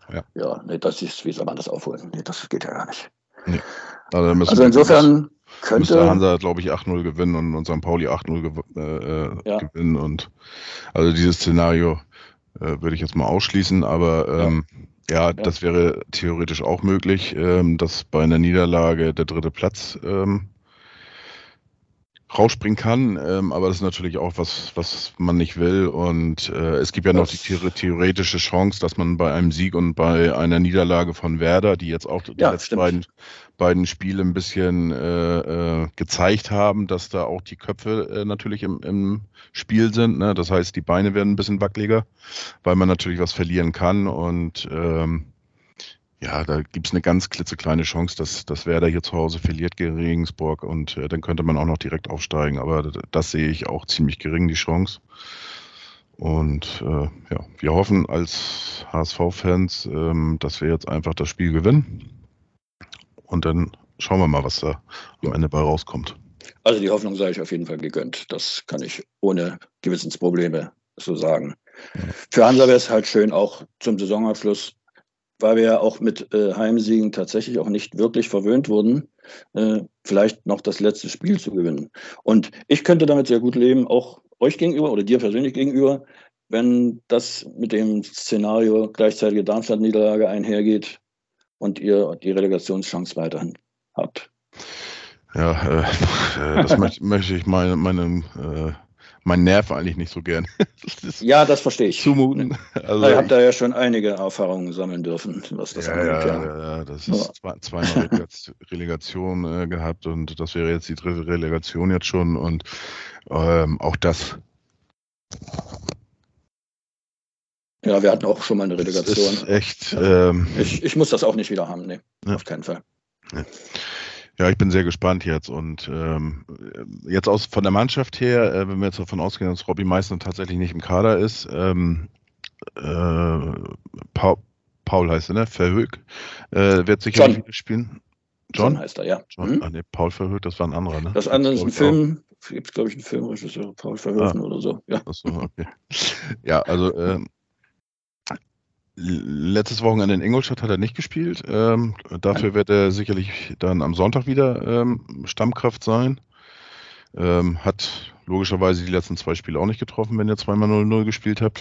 Ja, ja nee, das ist, wie soll man das aufholen? Nee, das geht ja gar nicht. nee. Also, müssen, Also insofern könnte... müsste Hansa, glaube ich, acht null gewinnen und, und Sankt Pauli acht null gew äh, ja. gewinnen. Und also dieses Szenario äh, würde ich jetzt mal ausschließen, aber ähm, ja. ja, das wäre theoretisch auch möglich, ähm, dass bei einer Niederlage der dritte Platz ähm, rausspringen kann, ähm, aber das ist natürlich auch was, was man nicht will. Und äh, es gibt ja noch das die theoretische Chance, dass man bei einem Sieg und bei einer Niederlage von Werder, die jetzt auch die ja, letzten beiden, beiden Spiele ein bisschen äh, äh, gezeigt haben, dass da auch die Köpfe äh, natürlich im, im Spiel sind. Ne? Das heißt, die Beine werden ein bisschen wackeliger, weil man natürlich was verlieren kann. Und ähm, ja, da gibt es eine ganz klitzekleine Chance, dass, dass Werder hier zu Hause verliert gegen Regensburg und äh, dann könnte man auch noch direkt aufsteigen. Aber das, das sehe ich auch ziemlich gering, die Chance. Und äh, ja, wir hoffen als H S V-Fans, ähm, dass wir jetzt einfach das Spiel gewinnen. Und dann schauen wir mal, was da am Ende bei rauskommt. Also die Hoffnung sei ich auf jeden Fall gegönnt. Das kann ich ohne Gewissensprobleme so sagen. Ja. Für Hansa wäre es halt schön, auch zum Saisonabschluss, weil wir ja auch mit äh, Heimsiegen tatsächlich auch nicht wirklich verwöhnt wurden, äh, vielleicht noch das letzte Spiel zu gewinnen. Und ich könnte damit sehr gut leben, auch euch gegenüber oder dir persönlich gegenüber, wenn das mit dem Szenario gleichzeitige Darmstadt-Niederlage einhergeht und ihr die Relegationschance weiterhin habt. Ja, äh, das möchte, möchte ich meine, meine äh, mein Nerv eigentlich nicht so gern. Das ja, das verstehe ich. Zumuten. Also, ihr habt da ja schon einige Erfahrungen sammeln dürfen, was das ja, angeht. Ja, ja, ja, das ist ja. zweimal Relegation äh, gehabt und das wäre jetzt die dritte Relegation jetzt schon und ähm, auch das. Ja, wir hatten auch schon mal eine Relegation. Das ist echt. Ähm, ich, ich muss das auch nicht wieder haben, nee, ja. Auf keinen Fall. Ja. Ja, ich bin sehr gespannt jetzt und ähm, jetzt aus von der Mannschaft her, äh, wenn wir jetzt davon ausgehen, dass Robbie Meissner tatsächlich nicht im Kader ist, ähm, äh, Paul, Paul heißt er, ne? Verhoek, äh, wird sicherlich wieder spielen. John? John heißt er, ja. John? Mhm. Ah, nee, Paul Verhoek, das war ein anderer, ne? Das andere ist ein Film, gibt es glaube ich einen Filmregisseur, Paul Verhoeven ah. oder so. Ja. Achso, okay. Ja, also äh, letztes Wochenende in Ingolstadt hat er nicht gespielt. Ähm, dafür wird er sicherlich dann am Sonntag wieder ähm, Stammkraft sein. Ähm, hat logischerweise die letzten zwei Spiele auch nicht getroffen, wenn ihr zweimal null null gespielt habt.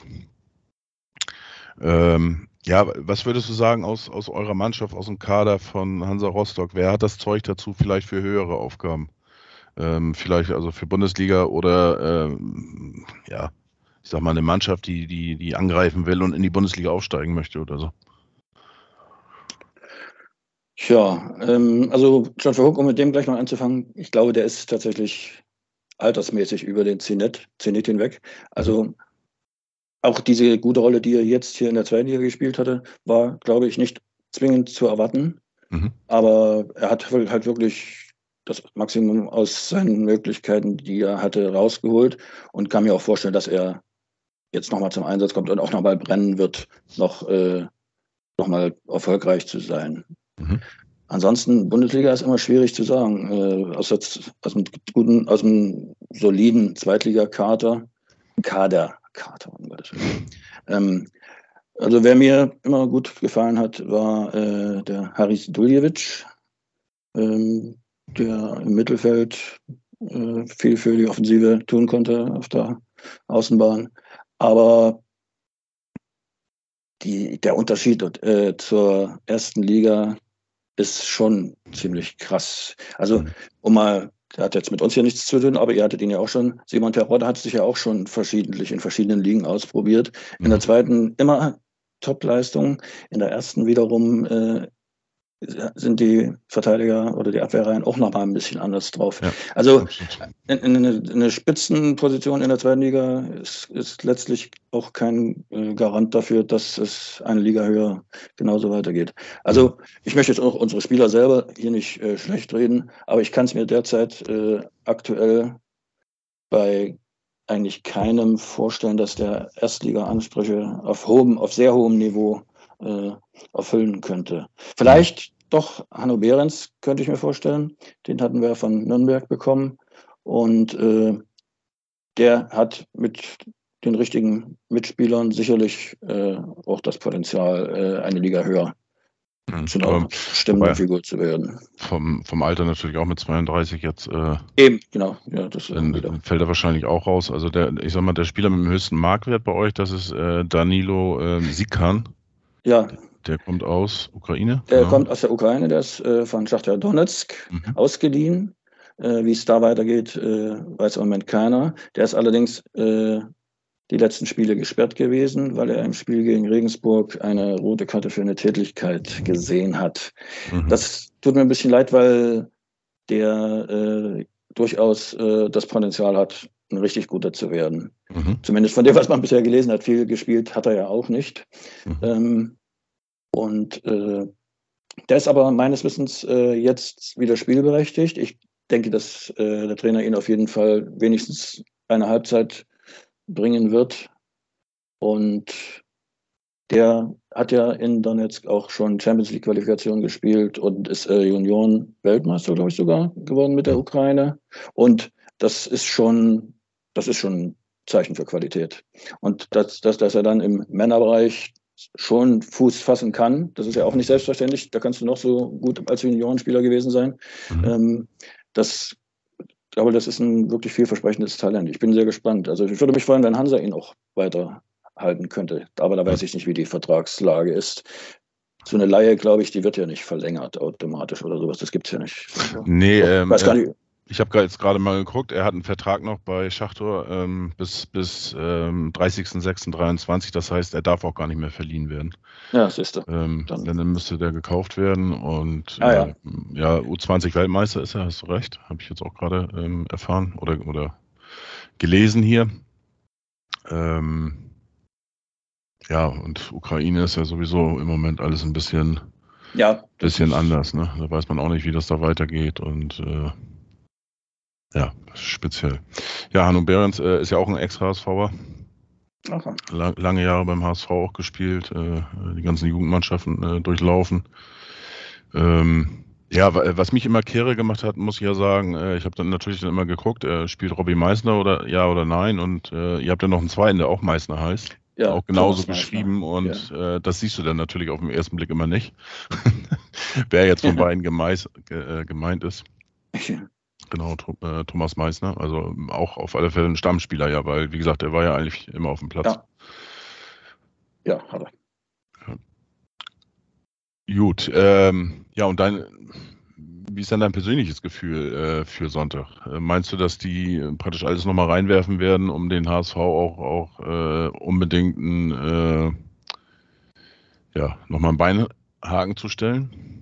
Ähm, ja, was würdest du sagen aus, aus eurer Mannschaft, aus dem Kader von Hansa Rostock? Wer hat das Zeug dazu vielleicht für höhere Aufgaben? Ähm, vielleicht also für Bundesliga oder ähm, ja, ich sag mal, eine Mannschaft, die, die, die angreifen will und in die Bundesliga aufsteigen möchte oder so? Tja, ähm, also John Verhoek, um mit dem gleich mal anzufangen, ich glaube, der ist tatsächlich altersmäßig über den Zenit, Zenit hinweg. Also auch diese gute Rolle, die er jetzt hier in der zweiten Liga gespielt hatte, war, glaube ich, nicht zwingend zu erwarten. Mhm. Aber er hat halt wirklich das Maximum aus seinen Möglichkeiten, die er hatte, rausgeholt und kann mir auch vorstellen, dass er jetzt nochmal zum Einsatz kommt und auch nochmal brennen wird, noch, äh, nochmal erfolgreich zu sein. Mhm. Ansonsten, Bundesliga ist immer schwierig zu sagen. Äh, aus, aus, einem guten, aus einem soliden Zweitligakader, Kader, Kader, um Gottes Willen. Ähm, also wer mir immer gut gefallen hat, war äh, der Haris Duljevic, ähm, der im Mittelfeld äh, viel für die Offensive tun konnte auf der Außenbahn. Aber die, der Unterschied äh, zur ersten Liga ist schon ziemlich krass. Also, um mal, der hat jetzt mit uns hier nichts zu tun, aber ihr hattet ihn ja auch schon. Simon Terodde hat sich ja auch schon verschiedentlich in verschiedenen Ligen ausprobiert. In mhm. der zweiten immer Top-Leistung, in der ersten wiederum äh, sind die Verteidiger oder die Abwehrreihen auch noch mal ein bisschen anders drauf. Ja, also in, in eine, eine Spitzenposition in der zweiten Liga ist, ist letztlich auch kein äh, Garant dafür, dass es eine Liga höher genauso weitergeht. Also ich möchte jetzt auch unsere Spieler selber hier nicht äh, schlecht reden, aber ich kann es mir derzeit äh, aktuell bei eigentlich keinem vorstellen, dass der Erstliga-Ansprüche auf hohem, auf sehr hohem Niveau äh, erfüllen könnte. Vielleicht doch Hanno Behrens, könnte ich mir vorstellen. Den hatten wir von Nürnberg bekommen. Und äh, der hat mit den richtigen Mitspielern sicherlich äh, auch das Potenzial, äh, eine Liga höher Mhm. zu einer Aber bestimmenden wobei Figur zu werden. vom, vom Alter natürlich auch mit zweiunddreißig jetzt äh, Eben, genau. Ja, das ist auch dann wieder. fällt er wahrscheinlich auch raus. Also der, ich sag mal, der Spieler mit dem höchsten Marktwert bei euch, das ist äh, Danilo ähm, Sikan. Ja, Der kommt aus Ukraine, der genau. kommt aus der Ukraine, der ist äh, von Schachtar Donetsk Mhm. ausgeliehen. Äh, wie es da weitergeht, äh, weiß im Moment keiner. Der ist allerdings äh, die letzten Spiele gesperrt gewesen, weil er im Spiel gegen Regensburg eine rote Karte für eine Tätlichkeit gesehen hat. Mhm. Das tut mir ein bisschen leid, weil der äh, durchaus äh, das Potenzial hat, ein richtig guter zu werden. Mhm. Zumindest von dem, was man bisher gelesen hat. Viel gespielt hat er ja auch nicht. Mhm. Ähm, und äh, der ist aber meines Wissens äh, jetzt wieder spielberechtigt. Ich denke, dass äh, der Trainer ihn auf jeden Fall wenigstens eine Halbzeit bringen wird. Und der hat ja in Donetsk auch schon Champions League Qualifikation gespielt und ist äh, Junioren-Weltmeister, glaube ich, sogar geworden mit der Ukraine. Und das ist schon, das ist schon ein Zeichen für Qualität. Und dass, dass, dass er dann im Männerbereich schon Fuß fassen kann, das ist ja auch nicht selbstverständlich. Da kannst du noch so gut als Juniorenspieler gewesen sein. Mhm. Ähm, das, ich glaube, das ist ein wirklich vielversprechendes Talent. Ich bin sehr gespannt. Also ich würde mich freuen, wenn Hansa ihn auch weiter halten könnte. Aber da weiß ich nicht, wie die Vertragslage ist. So eine Leihe, glaube ich, die wird ja nicht verlängert automatisch oder sowas. Das gibt es ja nicht. Nee, Doch, ähm, weiß gar äh, nicht. ich habe jetzt gerade mal geguckt, er hat einen Vertrag noch bei Schachtor ähm, bis, bis ähm, dreißigster sechster dreiundzwanzig, das heißt, er darf auch gar nicht mehr verliehen werden. Ja, siehst du. Ähm, Dann- denn dann müsste der gekauft werden und Ah, ja. äh, ja, U zwanzig Weltmeister ist er, hast du recht, habe ich jetzt auch gerade ähm, erfahren oder, oder gelesen hier. Ähm, ja, und Ukraine ist ja sowieso im Moment alles ein bisschen, Ja, bisschen anders, ne? Da weiß man auch nicht, wie das da weitergeht und äh, ja, speziell. Ja, Hanno Behrens äh, ist ja auch ein Ex-HSVer. aha. Lang, lange Jahre beim H S V auch gespielt, äh, die ganzen Jugendmannschaften äh, durchlaufen. Ähm, ja, wa- was mich immer kehre gemacht hat, muss ich ja sagen, äh, ich habe dann natürlich dann immer geguckt, äh, spielt Robbie Meissner oder ja oder nein und äh, ihr habt ja noch einen zweiten, der auch Meissner heißt. Ja, auch genauso Thomas Meissner. geschrieben und äh, das siehst du dann natürlich auf den ersten Blick immer nicht, wer jetzt von beiden gemeis, ge, äh, gemeint ist. Genau, Tho- äh, Thomas Meissner, also auch auf alle Fälle ein Stammspieler, ja, weil, wie gesagt, er war ja eigentlich immer auf dem Platz. Ja. Ja, hat er. Gut, ähm, ja, und dein, wie ist denn dein persönliches Gefühl äh, für Sonntag? Äh, meinst du, dass die äh, praktisch alles nochmal reinwerfen werden, um den H S V auch, auch äh, unbedingt ein, äh, ja, nochmal einen Beinhaken zu stellen?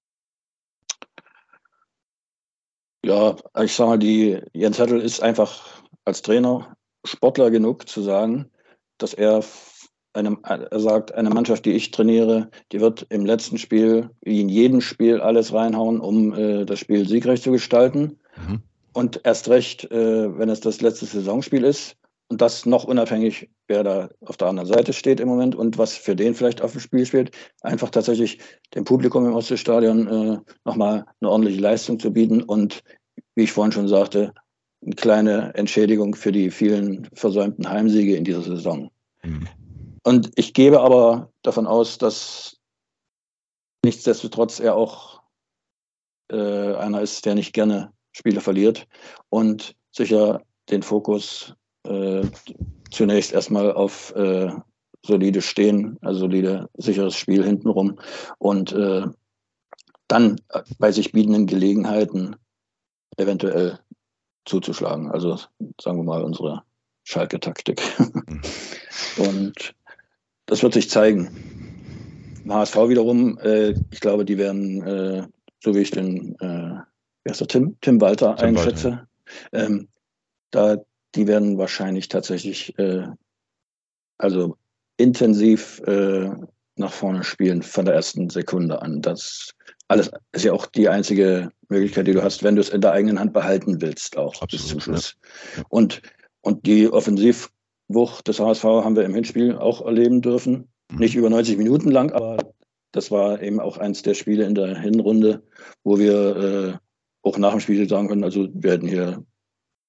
Ja, ich sage mal, die, Jens Hertel ist einfach als Trainer Sportler genug zu sagen, dass er eine, er sagt, eine Mannschaft, die ich trainiere, die wird im letzten Spiel, wie in jedem Spiel, alles reinhauen, um äh, das Spiel siegreich zu gestalten. Mhm. Und erst recht, äh, wenn es das letzte Saisonspiel ist. Und das noch unabhängig, wer da auf der anderen Seite steht im Moment und was für den vielleicht auf dem Spiel spielt. Einfach tatsächlich dem Publikum im Ostseestadion äh, nochmal eine ordentliche Leistung zu bieten und, wie ich vorhin schon sagte, eine kleine Entschädigung für die vielen versäumten Heimsiege in dieser Saison. Mhm. Und ich gebe aber davon aus, dass nichtsdestotrotz er auch äh, einer ist, der nicht gerne Spiele verliert und sicher den Fokus äh, zunächst erstmal auf äh, solide Stehen, also solide, sicheres Spiel hintenrum und äh, dann bei sich bietenden Gelegenheiten eventuell zuzuschlagen. Also sagen wir mal unsere Schalke-Taktik. Mhm. Und das wird sich zeigen. Im H S V wiederum, äh, ich glaube, die werden, äh, so wie ich den, äh, wie heißt der, Tim, Tim Walter Tim einschätze, Walter. Ähm, da, die werden wahrscheinlich tatsächlich äh, also intensiv äh, nach vorne spielen von der ersten Sekunde an. Das alles ist ja auch die einzige Möglichkeit, die du hast, wenn du es in der eigenen Hand behalten willst, auch Absolut, bis zum Schluss. Ja. Und, und die Offensivwucht des H S V haben wir im Hinspiel auch erleben dürfen. Mhm. Nicht über neunzig Minuten lang, aber das war eben auch eins der Spiele in der Hinrunde, wo wir äh, auch nach dem Spiel sagen können, also wir hätten hier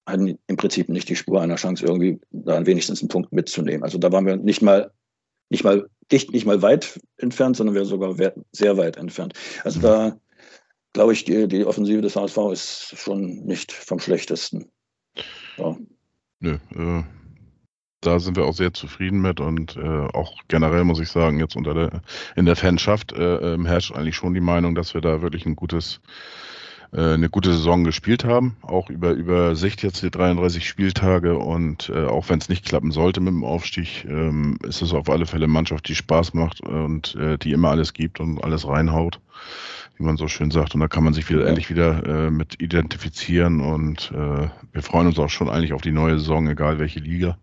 hatten im Prinzip nicht die Spur einer Chance, irgendwie da wenigstens einen Punkt mitzunehmen. Also da waren wir nicht mal, nicht mal dicht, nicht mal weit entfernt, sondern wir sogar sehr weit entfernt. Also mhm. da glaube ich, die, die Offensive des H S V ist schon nicht vom schlechtesten. Ja. Nö, äh, da sind wir auch sehr zufrieden mit und äh, auch generell muss ich sagen, jetzt unter der, in der Fanschaft äh, herrscht eigentlich schon die Meinung, dass wir da wirklich ein gutes eine gute Saison gespielt haben, auch über, über Sicht jetzt die dreiunddreißig Spieltage und äh, auch wenn es nicht klappen sollte mit dem Aufstieg, ähm, ist es auf alle Fälle eine Mannschaft, die Spaß macht und äh, die immer alles gibt und alles reinhaut, wie man so schön sagt, und da kann man sich wieder ja. endlich wieder äh, mit identifizieren und äh, wir freuen uns auch schon eigentlich auf die neue Saison, egal welche Liga.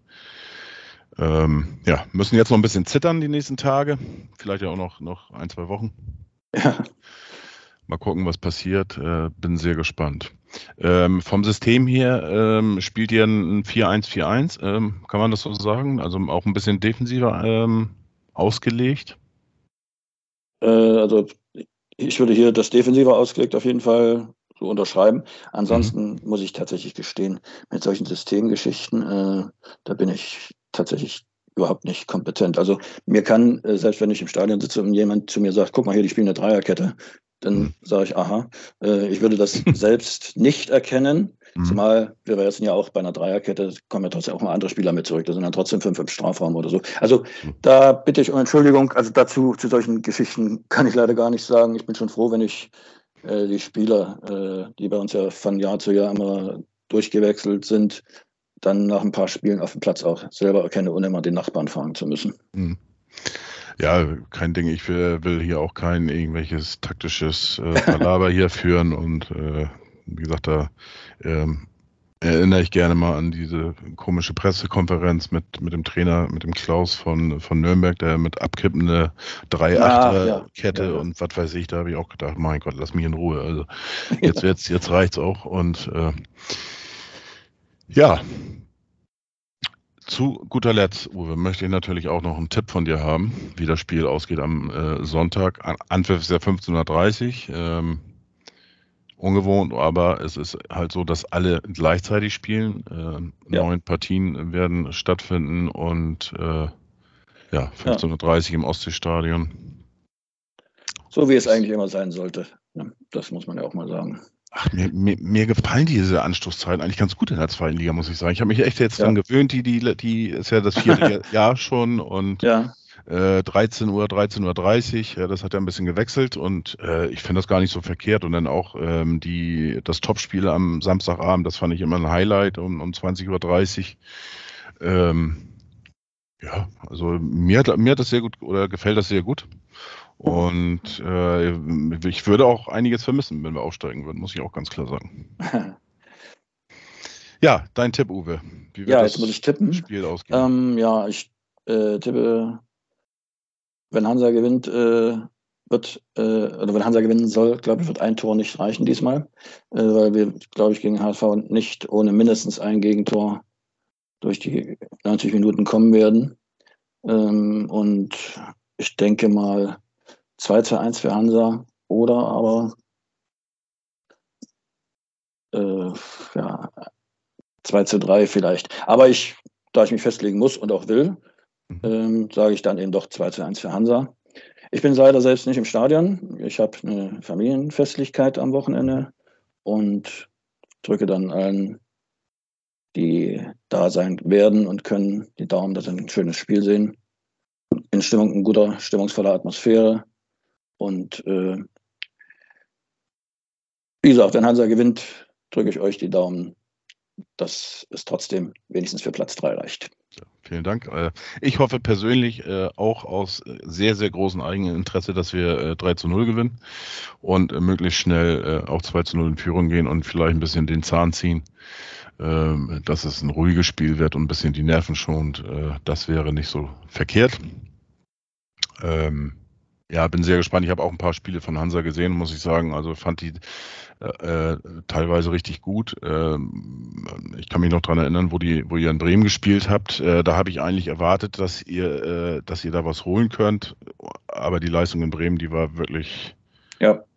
Ähm, ja, müssen jetzt noch ein bisschen zittern die nächsten Tage, vielleicht ja auch noch, noch ein, zwei Wochen. Ja. Mal gucken, was passiert. Äh, bin sehr gespannt. Ähm, vom System her ähm, spielt ihr ein vier eins vier eins, ähm, kann man das so sagen? Also auch ein bisschen defensiver ähm, ausgelegt? Äh, also ich würde hier das defensiver ausgelegt auf jeden Fall so unterschreiben. Ansonsten mhm. muss ich tatsächlich gestehen, mit solchen Systemgeschichten, äh, da bin ich tatsächlich überhaupt nicht kompetent. Also mir kann, äh, selbst wenn ich im Stadion sitze und jemand zu mir sagt, guck mal hier, die spielen eine Dreierkette, dann sage ich, aha, äh, ich würde das selbst nicht erkennen, mhm. zumal wir jetzt ja auch bei einer Dreierkette, kommen ja trotzdem auch mal andere Spieler mit zurück, da sind dann trotzdem fünf im Strafraum oder so. Also mhm. da bitte ich um Entschuldigung, also dazu, zu solchen Geschichten kann ich leider gar nichts sagen. Ich bin schon froh, wenn ich äh, die Spieler, äh, die bei uns ja von Jahr zu Jahr immer durchgewechselt sind, dann nach ein paar Spielen auf dem Platz auch selber erkenne, ohne immer den Nachbarn fragen zu müssen. Mhm. Ja, kein Ding. Ich will, will hier auch kein irgendwelches taktisches äh, Palaver hier führen und äh, wie gesagt, da ähm, erinnere ich gerne mal an diese komische Pressekonferenz mit, mit dem Trainer, mit dem Klaus von, von Nürnberg, der mit abkippende drei achter Kette ja, ja. und was weiß ich, da habe ich auch gedacht, mein Gott, lass mich in Ruhe. Also jetzt, jetzt, jetzt reicht's auch und äh, ja. Zu guter Letzt, Uwe, möchte ich natürlich auch noch einen Tipp von dir haben, wie das Spiel ausgeht am äh, Sonntag. Anpfiff ist ja fünfzehn Uhr dreißig, ähm, ungewohnt, aber es ist halt so, dass alle gleichzeitig spielen. Äh, ja. Neun Partien werden stattfinden und äh, ja, fünfzehn Uhr dreißig ja. im Ostseestadion. So wie es eigentlich immer sein sollte. Ja, das muss man ja auch mal sagen. Ach, mir, mir, mir gefallen diese Anstoßzeiten eigentlich ganz gut in der zweiten Liga, muss ich sagen. Ich habe mich echt jetzt ja. dran gewöhnt, die, die, die ist ja das vierte Jahr schon und ja. äh, dreizehn Uhr, dreizehn Uhr dreißig, ja, das hat ja ein bisschen gewechselt und äh, ich finde das gar nicht so verkehrt. Und dann auch ähm, die, das Topspiel am Samstagabend, das fand ich immer ein Highlight um, um zwanzig Uhr dreißig. Ähm, ja, also mir hat, mir hat das sehr gut oder gefällt das sehr gut. Und äh, ich würde auch einiges vermissen, wenn wir aufsteigen würden, muss ich auch ganz klar sagen. Ja, dein Tipp, Uwe. Wie wird ja, jetzt das muss ich tippen. Spiel ausgehen? Ähm, ja, ich äh, tippe, wenn Hansa gewinnt, äh, wird, äh, oder wenn Hansa gewinnen soll, glaube ich, wird ein Tor nicht reichen diesmal, äh, weil wir, glaube ich, gegen H S V nicht ohne mindestens ein Gegentor durch die neunzig Minuten kommen werden. Ähm, und ich denke mal, zwei zu eins für Hansa oder aber äh, ja, zwei zu drei vielleicht. Aber ich, da ich mich festlegen muss und auch will, ähm, sage ich dann eben doch zwei zu eins für Hansa. Ich bin leider selbst nicht im Stadion. Ich habe eine Familienfestlichkeit am Wochenende und drücke dann allen, die da sein werden und können, die Daumen, dass sie ein schönes Spiel sehen. In Stimmung, in guter, stimmungsvoller Atmosphäre. Und äh, wie gesagt, wenn Hansa gewinnt, drücke ich euch die Daumen, dass es trotzdem wenigstens für Platz drei reicht. Ja, vielen Dank. Ich hoffe persönlich äh, auch aus sehr, sehr großem eigenen Interesse, dass wir äh, drei zu null gewinnen und äh, möglichst schnell äh, auch zwei zu null in Führung gehen und vielleicht ein bisschen den Zahn ziehen, äh, dass es ein ruhiges Spiel wird und ein bisschen die Nerven schont. Äh, das wäre nicht so verkehrt. Ähm, Ja, bin sehr gespannt. Ich habe auch ein paar Spiele von Hansa gesehen, muss ich sagen. Also fand die äh, teilweise richtig gut. Ähm, ich kann mich noch dran erinnern, wo die, wo ihr in Bremen gespielt habt. Äh, da habe ich eigentlich erwartet, dass ihr, äh, dass ihr da was holen könnt. Aber die Leistung in Bremen, die war wirklich ja.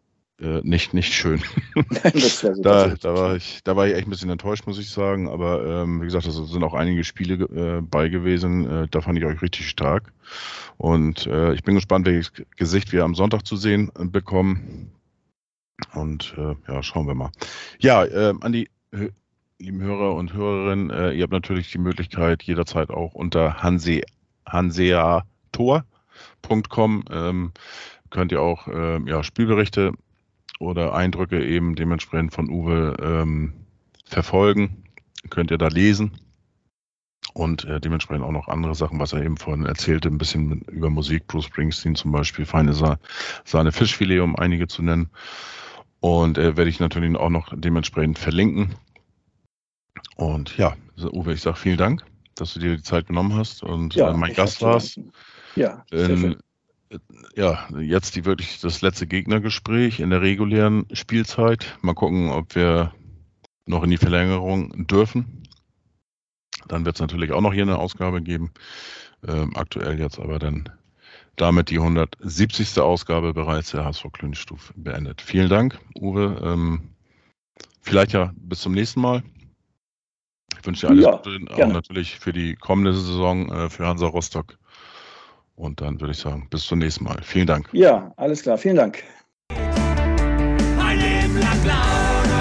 äh, nicht, nicht schön. Das wäre so da, das da, war ich, da war ich echt ein bisschen enttäuscht, muss ich sagen. Aber ähm, wie gesagt, es sind auch einige Spiele äh, bei gewesen. Äh, da fand ich euch richtig stark. Und äh, ich bin gespannt, welches Gesicht wir am Sonntag zu sehen äh, bekommen. Und äh, ja, schauen wir mal. Ja, äh, an die äh, lieben Hörer und Hörerinnen, äh, ihr habt natürlich die Möglichkeit, jederzeit auch unter hanse, hanseator punkt com ähm, könnt ihr auch äh, ja, Spielberichte oder Eindrücke eben dementsprechend von Uwe ähm, verfolgen. Könnt ihr da lesen. Und äh, dementsprechend auch noch andere Sachen, was er eben vorhin erzählte, ein bisschen über Musik, Bruce Springsteen zum Beispiel, Feine Sa- Sahne Fischfilet, um einige zu nennen. Und äh, werde ich natürlich auch noch dementsprechend verlinken. Und ja, Uwe, ich sage vielen Dank, dass du dir die Zeit genommen hast und Ja, äh, mein ich Gast hab zu warst. danken. Ja, sehr In, schön. äh, ja, jetzt die wirklich das letzte Gegnergespräch in der regulären Spielzeit. Mal gucken, ob wir noch in die Verlängerung dürfen. Dann wird es natürlich auch noch hier eine Ausgabe geben. Ähm, aktuell jetzt aber dann damit die hundertsiebzigste Ausgabe bereits der H S V Klönstuf beendet. Vielen Dank, Uwe. Ähm, vielleicht ja bis zum nächsten Mal. Ich wünsche dir alles Ja, Gute, auch gerne. natürlich für die kommende Saison äh, für Hansa Rostock. Und dann würde ich sagen, bis zum nächsten Mal. Vielen Dank. Ja, alles klar. Vielen Dank. Ein Leben lang blau.